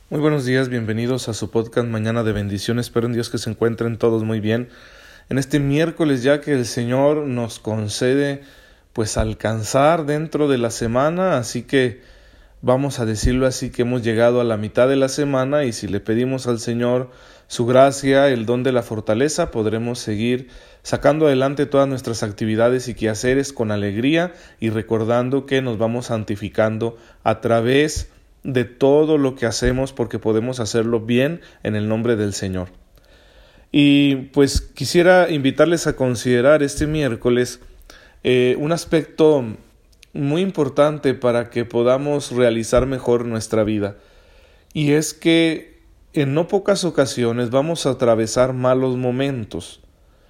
Muy buenos días, bienvenidos a su podcast Mañana de Bendición. Espero en Dios que se encuentren todos muy bien. En este miércoles ya que el Señor nos concede pues alcanzar dentro de la semana, así que vamos a decirlo así que hemos llegado a la mitad de la semana y si le pedimos al Señor su gracia, el don de la fortaleza, podremos seguir sacando adelante todas nuestras actividades y quehaceres con alegría y recordando que nos vamos santificando a través de todo lo que hacemos porque podemos hacerlo bien en el nombre del Señor. Y pues quisiera invitarles a considerar este miércoles un aspecto muy importante para que podamos realizar mejor nuestra vida. Y es que en no pocas ocasiones vamos a atravesar malos momentos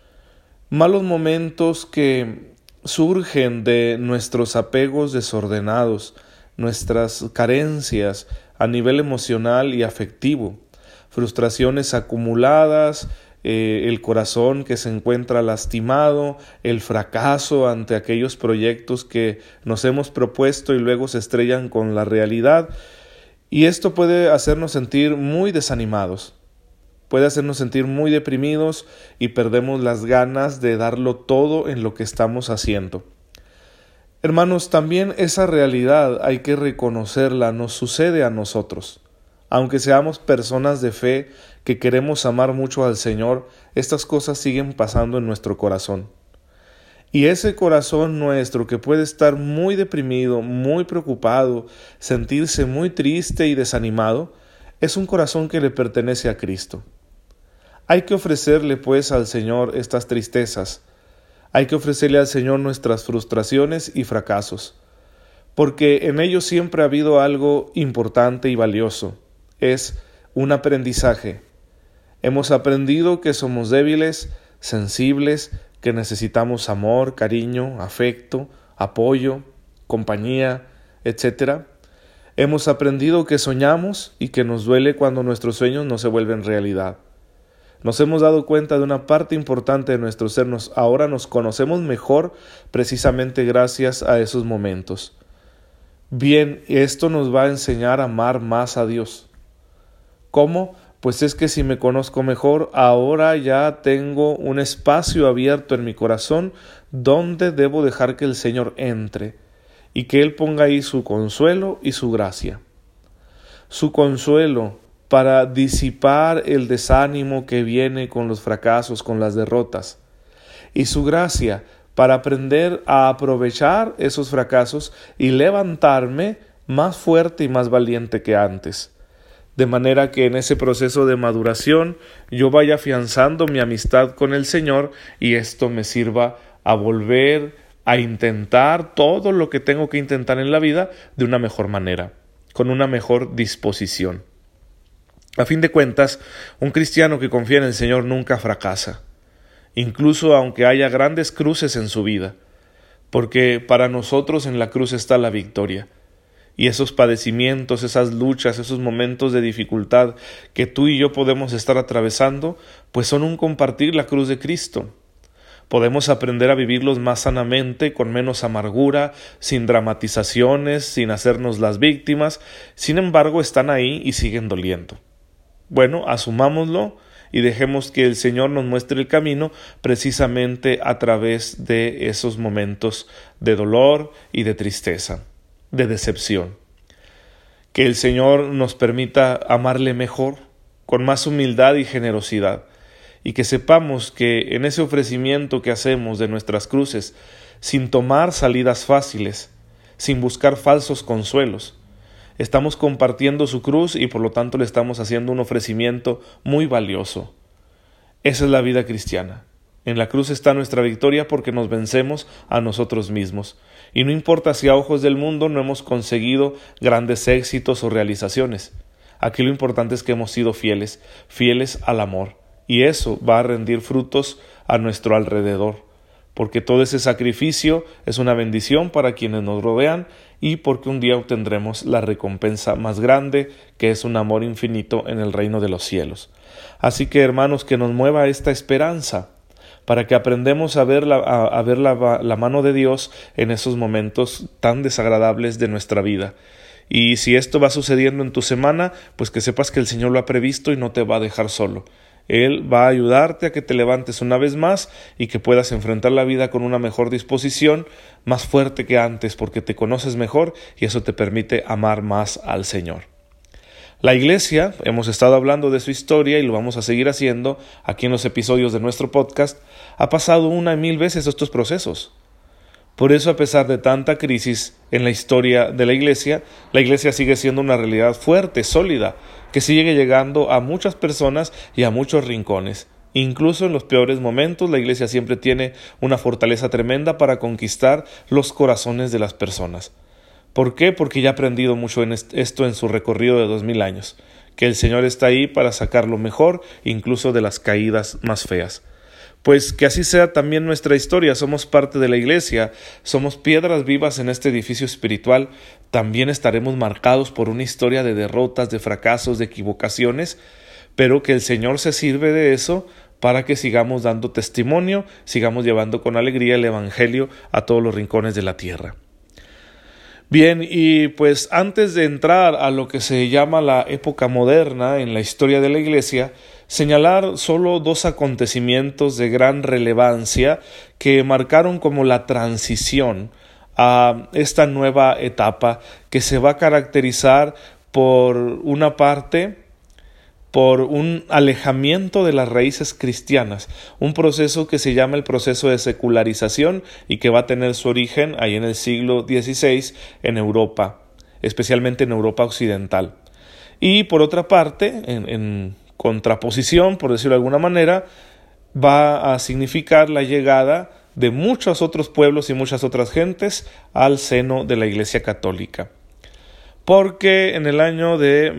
que surgen de nuestros apegos desordenados, nuestras carencias a nivel emocional y afectivo, frustraciones acumuladas, el corazón que se encuentra lastimado, el fracaso ante aquellos proyectos que nos hemos propuesto y luego se estrellan con la realidad, y esto puede hacernos sentir muy desanimados, puede hacernos sentir muy deprimidos y perdemos las ganas de darlo todo en lo que estamos haciendo. Hermanos, también esa realidad hay que reconocerla, nos sucede a nosotros. Aunque seamos personas de fe que queremos amar mucho al Señor, estas cosas siguen pasando en nuestro corazón. Y ese corazón nuestro que puede estar muy deprimido, muy preocupado, sentirse muy triste y desanimado, es un corazón que le pertenece a Cristo. Hay que ofrecerle pues al Señor estas tristezas. Hay que ofrecerle al Señor nuestras frustraciones y fracasos, porque en ellos siempre ha habido algo importante y valioso. Es un aprendizaje. Hemos aprendido que somos débiles, sensibles, que necesitamos amor, cariño, afecto, apoyo, compañía, etc. Hemos aprendido que soñamos y que nos duele cuando nuestros sueños no se vuelven realidad. Nos hemos dado cuenta de una parte importante de nuestro ser, ahora nos conocemos mejor precisamente gracias a esos momentos. Bien, esto nos va a enseñar a amar más a Dios. ¿Cómo? Pues es que si me conozco mejor, ahora ya tengo un espacio abierto en mi corazón donde debo dejar que el Señor entre y que Él ponga ahí su consuelo y su gracia. Su consuelo para disipar el desánimo que viene con los fracasos, con las derrotas, y su gracia para aprender a aprovechar esos fracasos y levantarme más fuerte y más valiente que antes, de manera que en ese proceso de maduración yo vaya afianzando mi amistad con el Señor y esto me sirva a volver a intentar todo lo que tengo que intentar en la vida de una mejor manera, con una mejor disposición. A fin de cuentas, un cristiano que confía en el Señor nunca fracasa, incluso aunque haya grandes cruces en su vida, porque para nosotros en la cruz está la victoria. Y esos padecimientos, esas luchas, esos momentos de dificultad que tú y yo podemos estar atravesando, pues son un compartir la cruz de Cristo. Podemos aprender a vivirlos más sanamente, con menos amargura, sin dramatizaciones, sin hacernos las víctimas. Sin embargo, están ahí y siguen doliendo. Bueno, asumámoslo y dejemos que el Señor nos muestre el camino precisamente a través de esos momentos de dolor y de tristeza, de decepción. Que el Señor nos permita amarle mejor, con más humildad y generosidad, y que sepamos que en ese ofrecimiento que hacemos de nuestras cruces, sin tomar salidas fáciles, sin buscar falsos consuelos, estamos compartiendo su cruz y por lo tanto le estamos haciendo un ofrecimiento muy valioso. Esa es la vida cristiana. En la cruz está nuestra victoria porque nos vencemos a nosotros mismos. Y no importa si a ojos del mundo no hemos conseguido grandes éxitos o realizaciones. Aquí lo importante es que hemos sido fieles al amor. Y eso va a rendir frutos a nuestro alrededor, porque todo ese sacrificio es una bendición para quienes nos rodean y porque un día obtendremos la recompensa más grande, que es un amor infinito en el reino de los cielos. Así que, hermanos, que nos mueva esta esperanza, para que aprendamos a ver la mano de Dios en esos momentos tan desagradables de nuestra vida, Y si esto va sucediendo en tu semana, pues que sepas que el Señor lo ha previsto y no te va a dejar solo. Él va a ayudarte a que te levantes una vez más y que puedas enfrentar la vida con una mejor disposición, más fuerte que antes, porque te conoces mejor y eso te permite amar más al Señor. La Iglesia, hemos estado hablando de su historia y lo vamos a seguir haciendo aquí en los episodios de nuestro podcast, ha pasado 1,000 veces estos procesos. Por eso, a pesar de tanta crisis en la historia de la Iglesia sigue siendo una realidad fuerte, sólida, que sigue llegando a muchas personas y a muchos rincones. Incluso en los peores momentos, la Iglesia siempre tiene una fortaleza tremenda para conquistar los corazones de las personas. ¿Por qué? Porque ya ha aprendido mucho en esto en su recorrido de 2000 años, que el Señor está ahí para sacar lo mejor, incluso de las caídas más feas. Pues que así sea también nuestra historia, somos parte de la Iglesia, somos piedras vivas en este edificio espiritual, también estaremos marcados por una historia de derrotas, de fracasos, de equivocaciones, pero que el Señor se sirve de eso para que sigamos dando testimonio, sigamos llevando con alegría el Evangelio a todos los rincones de la tierra. Bien, y pues antes de entrar a lo que se llama la época moderna en la historia de la Iglesia, señalar solo 2 acontecimientos de gran relevancia que marcaron como la transición a esta nueva etapa que se va a caracterizar por una parte por un alejamiento de las raíces cristianas, un proceso que se llama el proceso de secularización y que va a tener su origen ahí en el siglo XVI en Europa, especialmente en Europa occidental. Y por otra parte, en contraposición, por decirlo de alguna manera, va a significar la llegada de muchos otros pueblos y muchas otras gentes al seno de la Iglesia Católica. Porque en el año de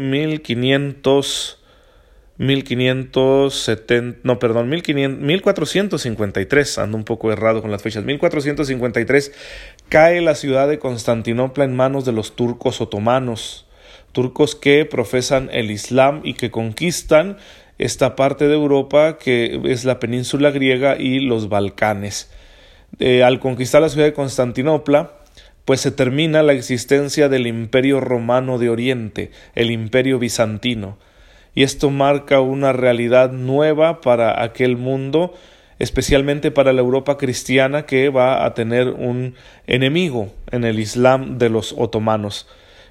1453, ando un poco errado con las fechas, 1453, cae la ciudad de Constantinopla en manos de los turcos otomanos, turcos que profesan el Islam y que conquistan esta parte de Europa que es la península griega y los Balcanes. Al conquistar la ciudad de Constantinopla, pues se termina la existencia del Imperio Romano de Oriente, el Imperio Bizantino. Y esto marca una realidad nueva para aquel mundo, especialmente para la Europa cristiana que va a tener un enemigo en el Islam de los otomanos.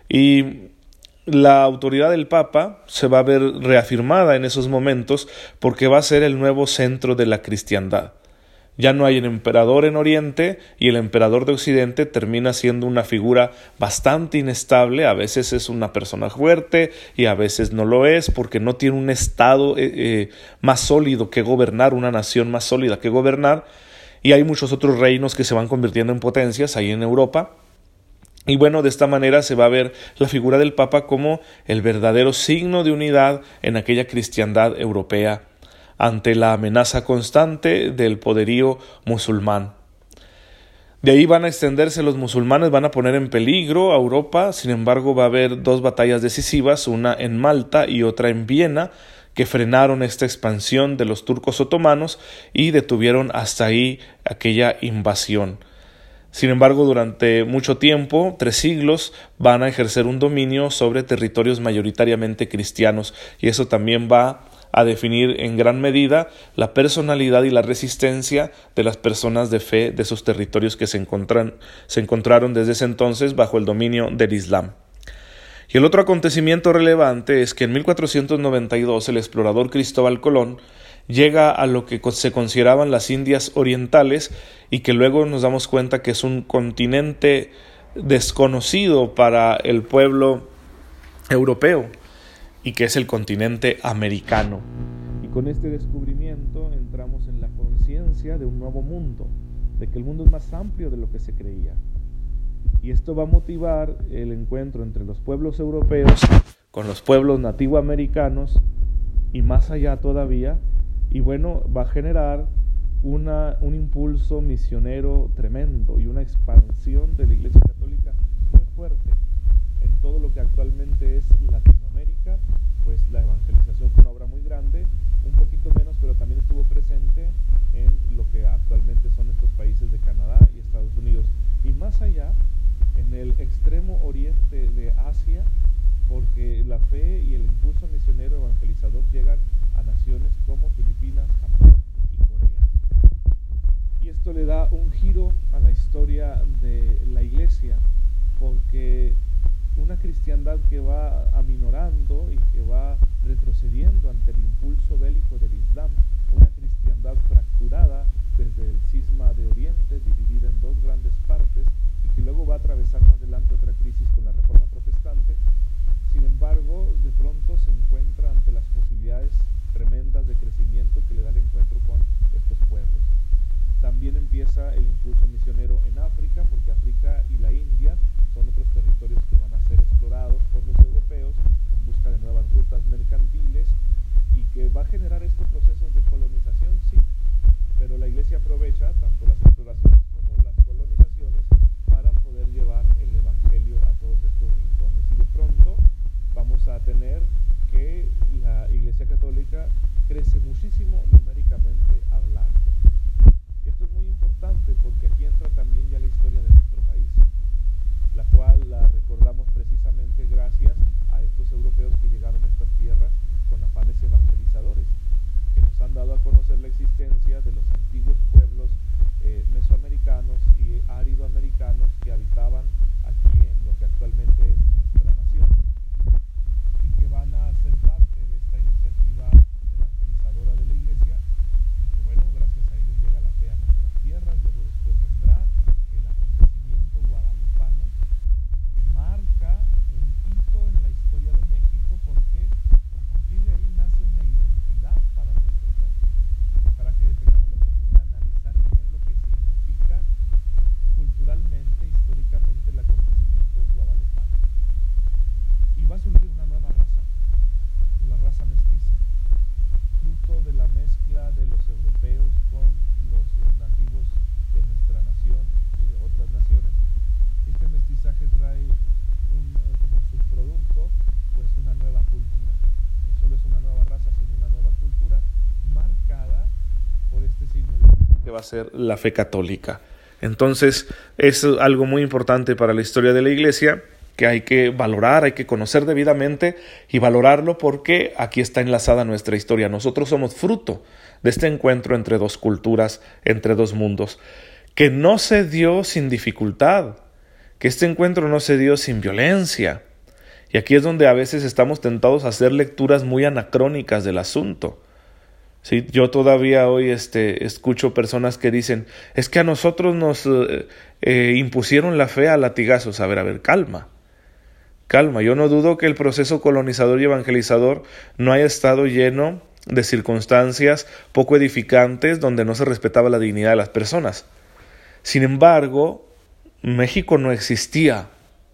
Y la autoridad del Papa se va a ver reafirmada en esos momentos porque va a ser el nuevo centro de la cristiandad. Ya no hay un emperador en Oriente y el emperador de Occidente termina siendo una figura bastante inestable. A veces es una persona fuerte y a veces no lo es porque no tiene un estado más sólido que gobernar, una nación más sólida que gobernar. Y hay muchos otros reinos que se van convirtiendo en potencias ahí en Europa. Y bueno, de esta manera se va a ver la figura del Papa como el verdadero signo de unidad en aquella cristiandad europea ante la amenaza constante del poderío musulmán. De ahí van a extenderse los musulmanes, van a poner en peligro a Europa. Sin embargo, va a haber 2 batallas decisivas, una en Malta y otra en Viena, que frenaron esta expansión de los turcos otomanos y detuvieron hasta ahí aquella invasión. Sin embargo, durante mucho tiempo, 3 siglos, van a ejercer un dominio sobre territorios mayoritariamente cristianos, y eso también va a definir en gran medida la personalidad y la resistencia de las personas de fe de esos territorios que se encontraron desde ese entonces bajo el dominio del Islam. Y el otro acontecimiento relevante es que en 1492 el explorador Cristóbal Colón llega a lo que se consideraban las Indias Orientales y que luego nos damos cuenta que es un continente desconocido para el pueblo europeo y que es el continente americano. Y con este descubrimiento entramos en la conciencia de un nuevo mundo, de que el mundo es más amplio de lo que se creía. Y esto va a motivar el encuentro entre los pueblos europeos con los pueblos nativoamericanos y más allá todavía, y bueno, va a generar un impulso misionero tremendo y una expansión de la Iglesia Católica muy fuerte en todo lo que actualmente es Latinoamérica. Pues la evangelización fue una obra muy grande, un poquito menos, pero también estuvo presente en lo que actualmente son estos países de Canadá y Estados Unidos. Y más allá, en el extremo oriente de Asia, impulso misionero evangelizador llegan a naciones como Filipinas, Japón y Corea. Y esto le da un giro a la historia de la Iglesia, porque una cristiandad que va aminorando y que va retrocediendo ante el impulso bélico del Islam, una cristiandad fracturada desde el cisma de Oriente, dividida en dos grandes partes, y que luego va a atravesar más adelante otra crisis con la Reforma Protestante. Sin embargo, de pronto se encuentra ante las posibilidades tremendas de crecimiento que le da el encuentro con estos pueblos. También empieza el impulso misionero en África, porque África y la India son otros territorios que van a ser explorados por los europeos en busca de nuevas rutas mercantiles, y que va a generar estos procesos de colonización, sí, pero la Iglesia aprovecha tanto las exploraciones como las colonizaciones para poder llevar el Evangelio a todos estos rincones. Y de pronto vamos a tener que la Iglesia Católica crece muchísimo numéricamente hablando. Esto es muy importante porque aquí entra también ya la historia de nuestro país, la cual la recordamos precisamente gracias a estos europeos que llegaron a estas tierras con afanes evangelizadores, que nos han dado a conocer la existencia de los antiguos pueblos mesoamericanos y aridoamericanos que habitaban aquí en lo que actualmente es nuestra nación, y que van a ser parte de esta iniciativa evangelizadora de la Iglesia, y que bueno, gracias a ellos llega la fe a nuestras tierras. Luego después vendrá el acontecimiento guadalupano, que marca un hito en la historia de México, porque a partir de ahí nace una identidad para nuestro pueblo. Ojalá que tengamos la oportunidad de analizar bien lo que significa culturalmente, históricamente, el acontecimiento guadalupano. Y va a surgir una nueva raza, la raza mestiza, fruto de la mezcla de los europeos con los nativos de nuestra nación y de otras naciones. Este mestizaje trae como subproducto pues una nueva cultura. No solo es una nueva raza, sino una nueva cultura marcada por este signo que va a ser la fe católica. Entonces es algo muy importante para la historia de la Iglesia, que hay que valorar, hay que conocer debidamente y valorarlo, porque aquí está enlazada nuestra historia. Nosotros somos fruto de este encuentro entre dos culturas, entre dos mundos, que no se dio sin dificultad, que este encuentro no se dio sin violencia. Y aquí es donde a veces estamos tentados a hacer lecturas muy anacrónicas del asunto. Sí, yo todavía hoy escucho personas que dicen, es que a nosotros nos impusieron la fe a latigazos. A ver, calma. Calma, yo no dudo que el proceso colonizador y evangelizador no haya estado lleno de circunstancias poco edificantes donde no se respetaba la dignidad de las personas. Sin embargo, México no existía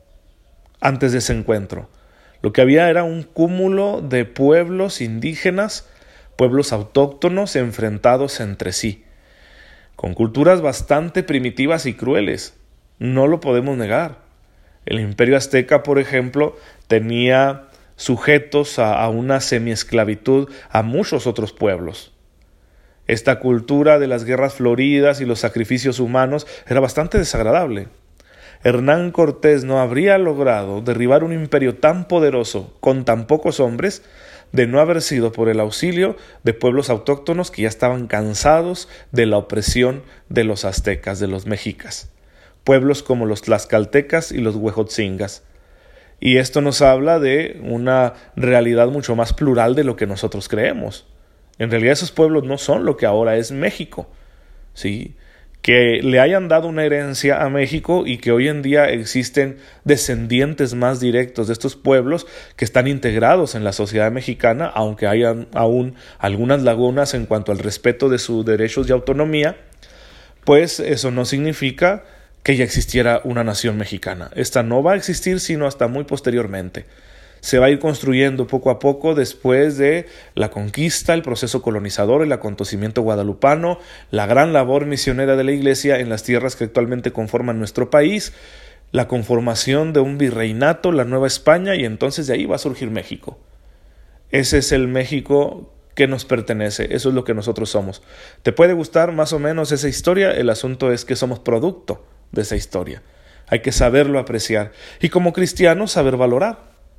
antes de ese encuentro. Lo que había era un cúmulo de pueblos indígenas, pueblos autóctonos enfrentados entre sí, con culturas bastante primitivas y crueles. No lo podemos negar. El Imperio Azteca, por ejemplo, tenía sujetos a una semiesclavitud a muchos otros pueblos. Esta cultura de las guerras floridas y los sacrificios humanos era bastante desagradable. Hernán Cortés no habría logrado derribar un imperio tan poderoso con tan pocos hombres de no haber sido por el auxilio de pueblos autóctonos que ya estaban cansados de la opresión de los aztecas, de los mexicas. Pueblos como los tlaxcaltecas y los huejotzingas. Y esto nos habla de una realidad mucho más plural de lo que nosotros creemos. En realidad esos pueblos no son lo que ahora es México, ¿sí? Que le hayan dado una herencia a México y que hoy en día existen descendientes más directos de estos pueblos que están integrados en la sociedad mexicana, aunque hayan aún algunas lagunas en cuanto al respeto de sus derechos y autonomía, pues eso no significa que ya existiera una nación mexicana. Esta no va a existir sino hasta muy posteriormente. Se va a ir construyendo poco a poco después de la conquista, el proceso colonizador, el acontecimiento guadalupano, la gran labor misionera de la Iglesia en las tierras que actualmente conforman nuestro país, la conformación de un virreinato, la Nueva España, y entonces de ahí va a surgir México. Ese es el México que nos pertenece, eso es lo que nosotros somos. ¿Te puede gustar más o menos esa historia? El asunto es que somos producto de esa historia. Hay que saberlo apreciar y como cristianos saber valorar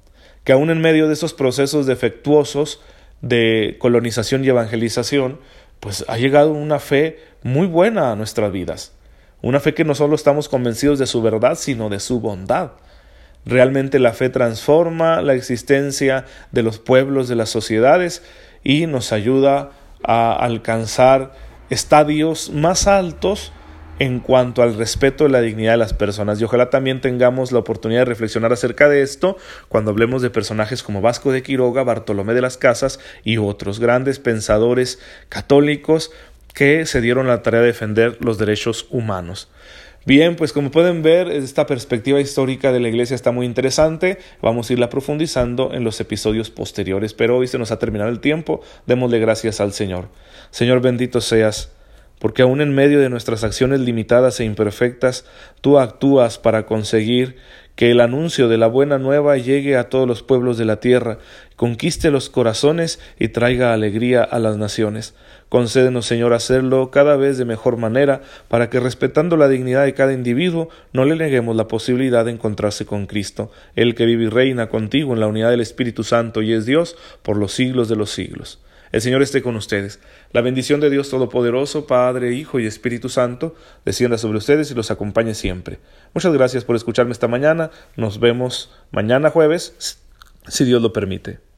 que aún en medio de esos procesos defectuosos de colonización y evangelización, pues ha llegado una fe muy buena a nuestras vidas. Una fe que no solo estamos convencidos de su verdad, sino de su bondad. Realmente la fe transforma la existencia de los pueblos, de las sociedades, y nos ayuda a alcanzar estadios más altos en cuanto al respeto de la dignidad de las personas. Y ojalá también tengamos la oportunidad de reflexionar acerca de esto cuando hablemos de personajes como Vasco de Quiroga, Bartolomé de las Casas y otros grandes pensadores católicos que se dieron la tarea de defender los derechos humanos. Bien, pues como pueden ver, esta perspectiva histórica de la Iglesia está muy interesante. Vamos a irla profundizando en los episodios posteriores, pero hoy se nos ha terminado el tiempo. Démosle gracias al Señor. Señor, bendito seas, porque aún en medio de nuestras acciones limitadas e imperfectas, tú actúas para conseguir que el anuncio de la buena nueva llegue a todos los pueblos de la tierra, conquiste los corazones y traiga alegría a las naciones. Concédenos, Señor, hacerlo cada vez de mejor manera, para que, respetando la dignidad de cada individuo, no le neguemos la posibilidad de encontrarse con Cristo, el que vive y reina contigo en la unidad del Espíritu Santo y es Dios por los siglos de los siglos. El Señor esté con ustedes. La bendición de Dios Todopoderoso, Padre, Hijo y Espíritu Santo, descienda sobre ustedes y los acompañe siempre. Muchas gracias por escucharme esta mañana. Nos vemos mañana jueves, si Dios lo permite.